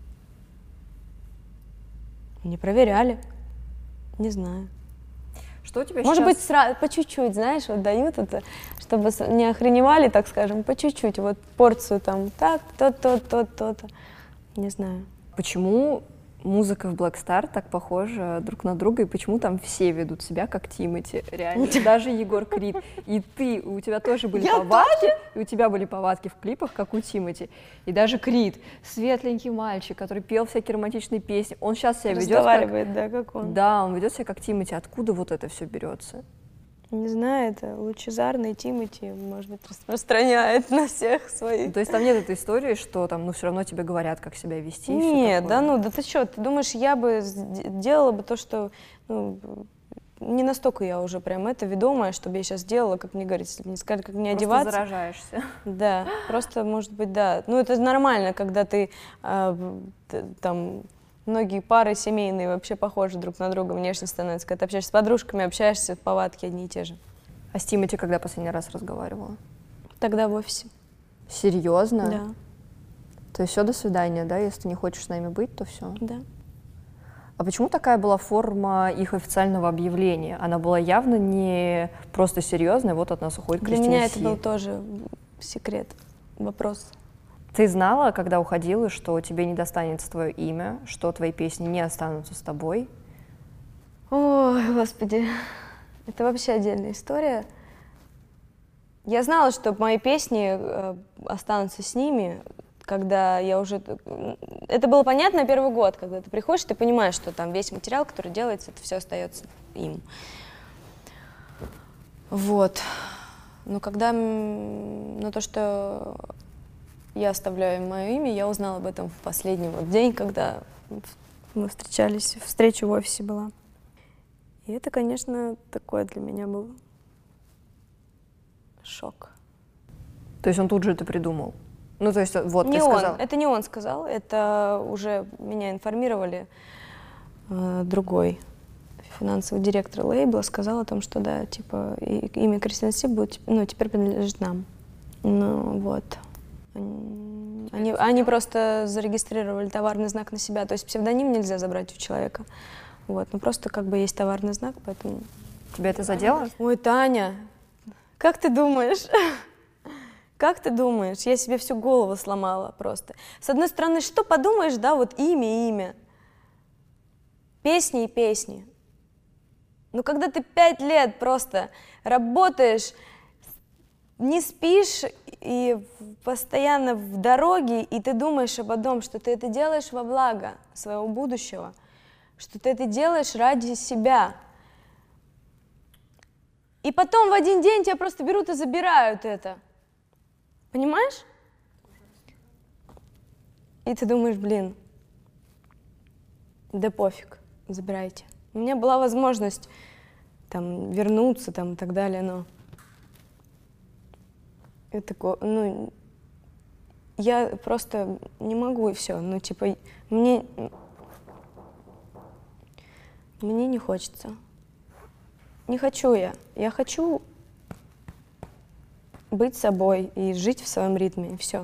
Не проверяли. Не знаю. Что у тебя Может сейчас... быть, сразу, по чуть-чуть, знаешь, вот дают это, чтобы не охреневали, так скажем, по чуть-чуть, вот порцию там, так, то-то, то-то, то-то. Не знаю. Почему Музыка в Black Star так похожа друг на друга, и почему там все ведут себя как Тимати, реально, даже Егор Крид. И ты, у тебя тоже были Я повадки, и у тебя были повадки в клипах, как у Тимати. И даже Крид, светленький мальчик, который пел всякие романтичные песни, он сейчас себя ведет как... Разговаривает, да, как он. Да, он ведет себя как Тимати. Откуда вот это все берется? Не знаю, это лучезарный Тимати, может быть, распространяет на всех своих. То есть там нет этой истории, что там, ну, все равно тебе говорят, как себя вести? и всё Нет, такое? да ну, да ты что, ты думаешь, я бы делала бы то, что, ну, не настолько я уже прям это ведомая, чтобы я сейчас делала, как мне говорят, если бы мне сказали, как мне Просто одеваться. заражаешься. Да, просто, может быть, да. Ну, это нормально, когда ты э, там... Многие пары семейные вообще похожи друг на друга, внешне становятся. Когда ты общаешься с подружками, общаешься, повадки одни и те же. А с Тимати когда последний раз разговаривала? Тогда в офисе. Серьезно? Да. То есть все, до свидания, да? Если ты не хочешь с нами быть, то все. Да. А почему такая была форма их официального объявления? Она была явно не просто серьезная, вот от нас уходит Для Кристина меня это Си. был тоже секрет, вопрос. Ты знала, когда уходила, что тебе не достанется твое имя, что твои песни не останутся с тобой? Ой, господи, это вообще отдельная история. Я знала, что мои песни э, останутся с ними, когда я уже... Это было понятно первый год, когда ты приходишь, ты понимаешь, что там весь материал, который делается, это все остается им. Вот. Но когда... Ну, то, что я оставляю мое имя, я узнала об этом в последний вот день, когда мы встречались, встреча в офисе была. И это, конечно, такое для меня был шок. То есть он тут же это придумал? Ну, то есть вот Не ты он, сказала. это не он сказал, это уже меня информировали э, другой финансовый директор лейбла, сказал о том, что да, типа, и, имя Кристины Си будет, ну, теперь принадлежит нам. Ну, вот. Они, они, они просто зарегистрировали товарный знак на себя, то есть псевдоним нельзя забрать у человека. Вот, ну просто как бы есть товарный знак, поэтому... Тебя это задело? Ой, Таня, как ты думаешь? Как ты думаешь? Я себе всю голову сломала просто. С одной стороны, что подумаешь, да, вот имя, имя. Песни и песни. Но когда ты пять лет просто работаешь, не спишь и постоянно в дороге, и ты думаешь об одном, что ты это делаешь во благо своего будущего, что ты это делаешь ради себя. И потом в один день тебя просто берут и забирают это. Понимаешь? И ты думаешь, блин, да пофиг, забирайте. У меня была возможность там вернуться там и так далее, но это, ну, я просто не могу и все. Ну, типа, мне, мне не хочется. Не хочу я. Я хочу быть собой и жить в своем ритме, и все.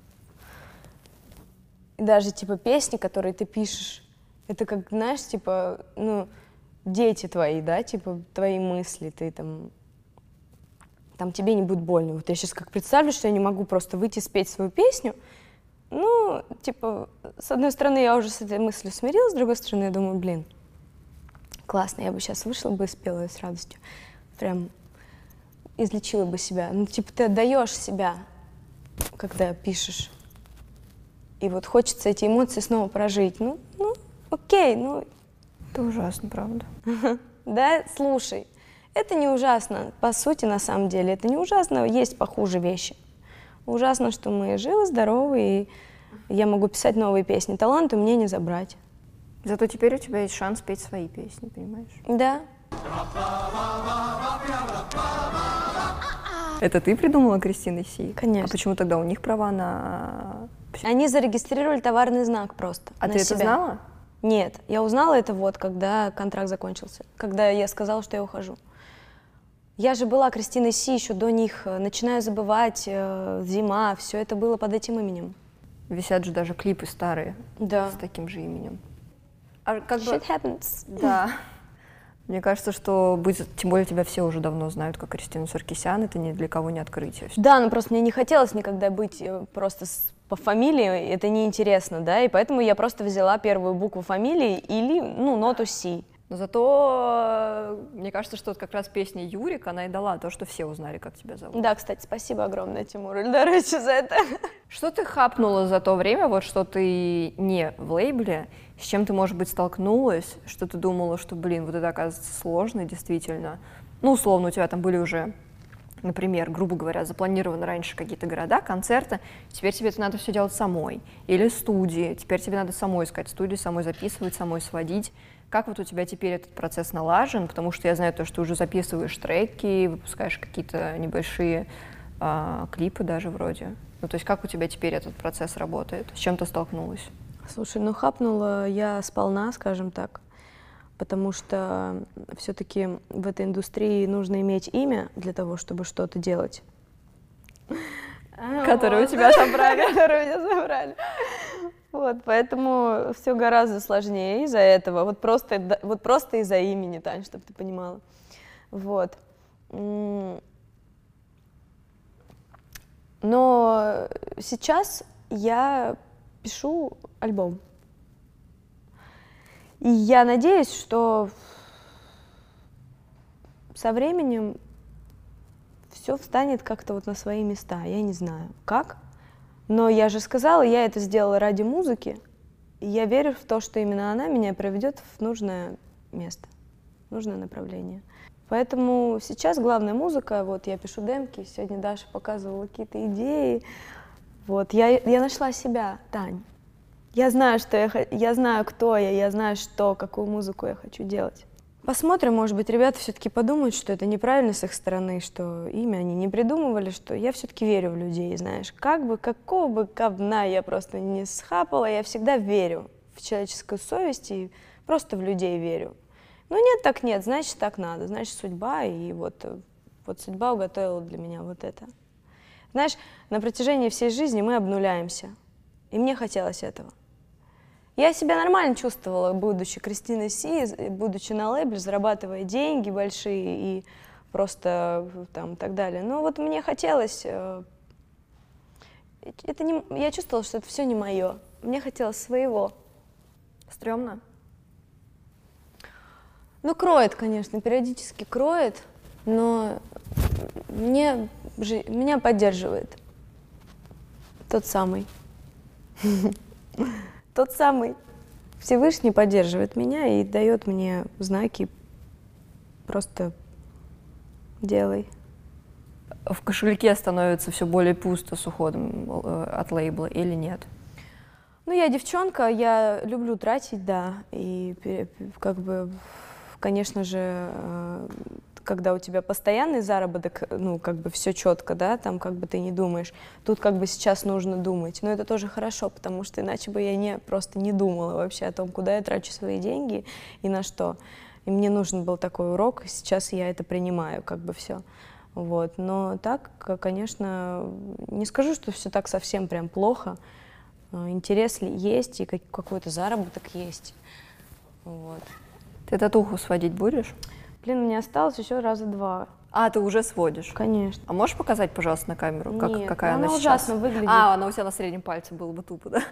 И даже, типа, песни, которые ты пишешь, это как, знаешь, типа, ну, дети твои, да, типа, твои мысли, ты там, там тебе не будет больно. Вот я сейчас как представлю, что я не могу просто выйти спеть свою песню, ну, типа, с одной стороны, я уже с этой мыслью смирилась, с другой стороны, я думаю, блин, классно, я бы сейчас вышла бы и спела ее с радостью. Прям излечила бы себя. Ну, типа, ты отдаешь себя, когда пишешь. И вот хочется эти эмоции снова прожить. Ну, ну, окей, ну... Это ужасно, правда. Да, слушай, это не ужасно. По сути, на самом деле, это не ужасно. Есть похуже вещи. Ужасно, что мы живы, здоровы, и я могу писать новые песни. Талант у меня не забрать. Зато теперь у тебя есть шанс петь свои песни, понимаешь? Да. Это ты придумала Кристина Си? Конечно. А почему тогда у них права на... Они зарегистрировали товарный знак просто. А на ты себя. это знала? Нет, я узнала это вот, когда контракт закончился, когда я сказала, что я ухожу. Я же была Кристиной Си еще до них, начинаю забывать, э, зима, все это было под этим именем. Висят же даже клипы старые Да. с таким же именем. А как бы... Shit happens. Да. Мне кажется, что быть, тем более тебя все уже давно знают, как Кристину Саркисян, это ни для кого не открытие. Да, но просто мне не хотелось никогда быть э, просто с по фамилии это неинтересно, да, и поэтому я просто взяла первую букву фамилии или, ну, ноту си. Но зато, мне кажется, что вот как раз песня «Юрик», она и дала то, что все узнали, как тебя зовут. Да, кстати, спасибо огромное, Тимур Ильдарович, за это. Что ты хапнула за то время, вот что ты не в лейбле, с чем ты, может быть, столкнулась, что ты думала, что, блин, вот это оказывается сложно, действительно. Ну, условно, у тебя там были уже, например, грубо говоря, запланированы раньше какие-то города, концерты, теперь тебе это надо все делать самой. Или студии, теперь тебе надо самой искать студию, самой записывать, самой сводить. Как вот у тебя теперь этот процесс налажен? Потому что я знаю то, что ты уже записываешь треки, выпускаешь какие-то небольшие а, клипы даже вроде. Ну, то есть как у тебя теперь этот процесс работает? С чем ты столкнулась? Слушай, ну хапнула я сполна, скажем так, потому что все-таки в этой индустрии нужно иметь имя для того, чтобы что-то делать. Которое у тебя отобрали. Которое у меня забрали. Вот, поэтому все гораздо сложнее из-за этого. Вот просто, вот просто из-за имени, Тань, чтобы ты понимала. Вот. Но сейчас я пишу альбом. И я надеюсь, что со временем все встанет как-то вот на свои места. Я не знаю, как. Но я же сказала, я это сделала ради музыки, и я верю в то, что именно она меня приведет в нужное место, в нужное направление. Поэтому сейчас главная музыка, вот я пишу демки, сегодня Даша показывала какие-то идеи, вот я, я нашла себя, Тань. Я знаю, что я, я знаю, кто я, я знаю, что, какую музыку я хочу делать. Посмотрим, может быть, ребята все-таки подумают, что это неправильно с их стороны, что имя они не придумывали, что я все-таки верю в людей, знаешь. Как бы, какого бы говна я просто не схапала, я всегда верю в человеческую совесть и просто в людей верю. Ну нет, так нет, значит, так надо, значит, судьба, и вот, вот судьба уготовила для меня вот это. Знаешь, на протяжении всей жизни мы обнуляемся, и мне хотелось этого. Я себя нормально чувствовала, будучи Кристиной Си, будучи на лейбле, зарабатывая деньги большие и просто там так далее. Но вот мне хотелось, это не, я чувствовала, что это все не мое. Мне хотелось своего. Стремно? Ну, кроет, конечно, периодически кроет, но мне, меня поддерживает тот самый. Тот самый Всевышний поддерживает меня и дает мне знаки, просто делай. В кошельке становится все более пусто с уходом от лейбла или нет? Ну, я девчонка, я люблю тратить, да, и как бы, конечно же, когда у тебя постоянный заработок, ну, как бы все четко, да, там как бы ты не думаешь. Тут как бы сейчас нужно думать. Но это тоже хорошо, потому что иначе бы я не, просто не думала вообще о том, куда я трачу свои деньги и на что. И мне нужен был такой урок, и сейчас я это принимаю, как бы все. Вот. Но так, конечно, не скажу, что все так совсем прям плохо. Интерес есть, и какой-то заработок есть. Вот. Ты татуху сводить будешь? Блин, у меня осталось еще раза два. А, ты уже сводишь? Конечно. А можешь показать, пожалуйста, на камеру, как, Нет, какая она она сейчас? ужасно выглядит. А, она у тебя на среднем пальце, было бы тупо, да?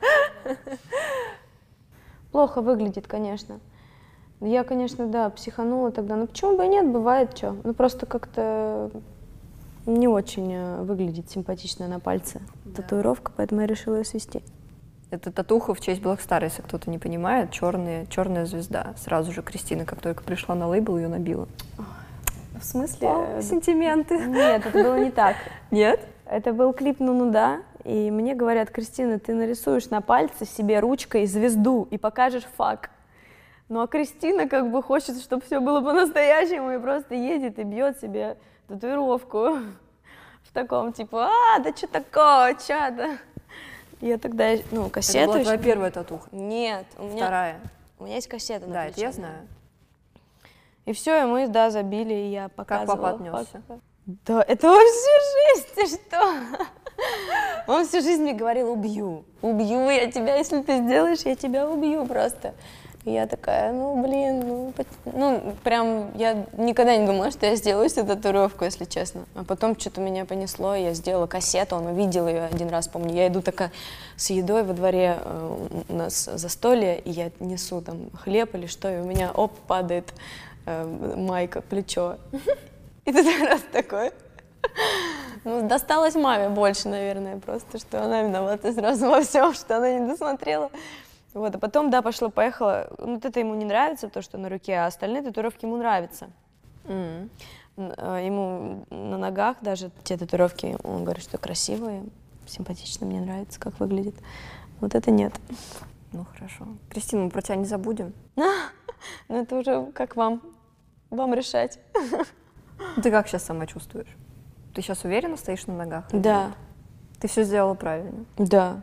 Плохо выглядит, конечно. Я, конечно, да, психанула тогда. Но почему бы и нет, бывает что. Ну, просто как-то не очень выглядит симпатично на пальце да. Татуировка, поэтому я решила ее свести. Это татуха в честь Blackstar, если кто-то не понимает, черная, черная звезда. Сразу же Кристина, как только пришла на лейбл, ее набила. В смысле? О, сентименты. Нет, это было не так. Нет? Это был клип «Ну-ну да», и мне говорят: Кристина, ты нарисуешь на пальце себе ручкой звезду и покажешь фак. Ну а Кристина как бы хочет, чтобы все было по-настоящему, и просто едет и бьет себе татуировку в таком типа: а, да что такого, чё-то. Я тогда, ну, кассету... Это была твоя первая татуха? Нет, у меня... Вторая? У меня есть кассета. Да, это я знаю. И все, и мы, да, забили, и я показывала. Как папа отнесся? Да, это он всю жизнь, ты что? Он всю жизнь мне говорил: убью, убью я тебя, если ты сделаешь, я тебя убью просто. И я такая: ну, блин, ну, по- ну, прям, я никогда не думала, что я сделаю себе татуировку, если честно. А потом что-то меня понесло, я сделала кассету, он увидел ее один раз, помню. Я иду такая с едой во дворе, э, у нас застолье, и я несу там хлеб или что, и у меня, оп, падает э, майка, плечо. И ты раз такой. Ну, досталось маме больше, наверное, просто, что она виновата сразу во всем, что она не досмотрела. Вот, а потом, да, пошло-поехало. Ну, вот это ему не нравится, то, что на руке, а остальные татуировки ему нравятся. М. Ему на ногах даже те татуировки, он говорит, что красивые, симпатично, мне нравится, как выглядит. Вот это нет. Ну хорошо. Кристина, мы про тебя не забудем. Ну, это уже как вам, вам решать. Ты как сейчас сама чувствуешь? Ты сейчас уверенно стоишь на ногах? Да, Ты все сделала правильно. да.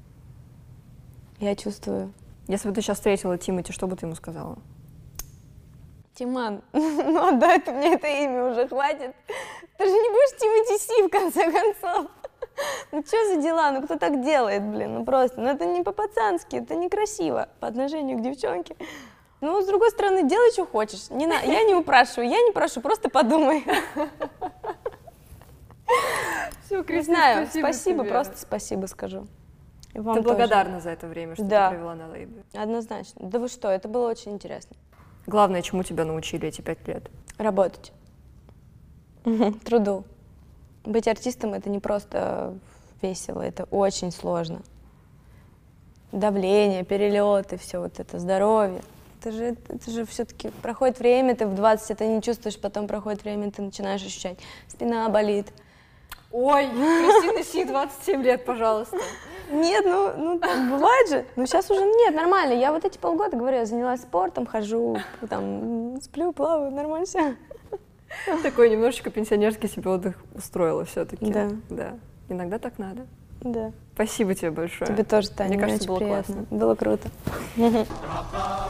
Я чувствую. Если бы ты сейчас встретила Тимати, что бы ты ему сказала? Тиман, ну отдай ты мне это имя уже, хватит. Ты же не будешь Тимати Си, в конце концов. Ну что за дела, ну кто так делает, блин, ну просто, ну это не по-пацански, это некрасиво по отношению к девчонке. Ну, с другой стороны, делай, что хочешь. Не на... Я не упрашиваю, я не прошу, просто подумай. Все, Не знаю, спасибо, просто спасибо скажу. И вам Ты тоже. благодарна за это время, что Да. ты провела на лейбле. Однозначно. Да вы что, это было очень интересно. Главное, чему тебя научили эти пять лет? Работать. Мгм, труду. Быть артистом — это не просто весело, это очень сложно. Давление, перелеты, все вот это, здоровье. Это же, это же все-таки проходит время, ты в двадцать это не чувствуешь, потом проходит время, ты начинаешь ощущать, спина болит. Ой, Кристина Си, двадцать семь лет, пожалуйста. Нет, ну, ну так бывает же. Но сейчас уже нет, нормально. Я вот эти полгода, говорю, я занялась спортом, хожу, там, сплю, плаваю, нормально все. Такой немножечко пенсионерский себе отдых устроила все-таки. Да. Да. Иногда так надо. Да. Спасибо тебе большое. Тебе тоже, Таня, Мне мне кажется, очень было приятно. классно. Было круто.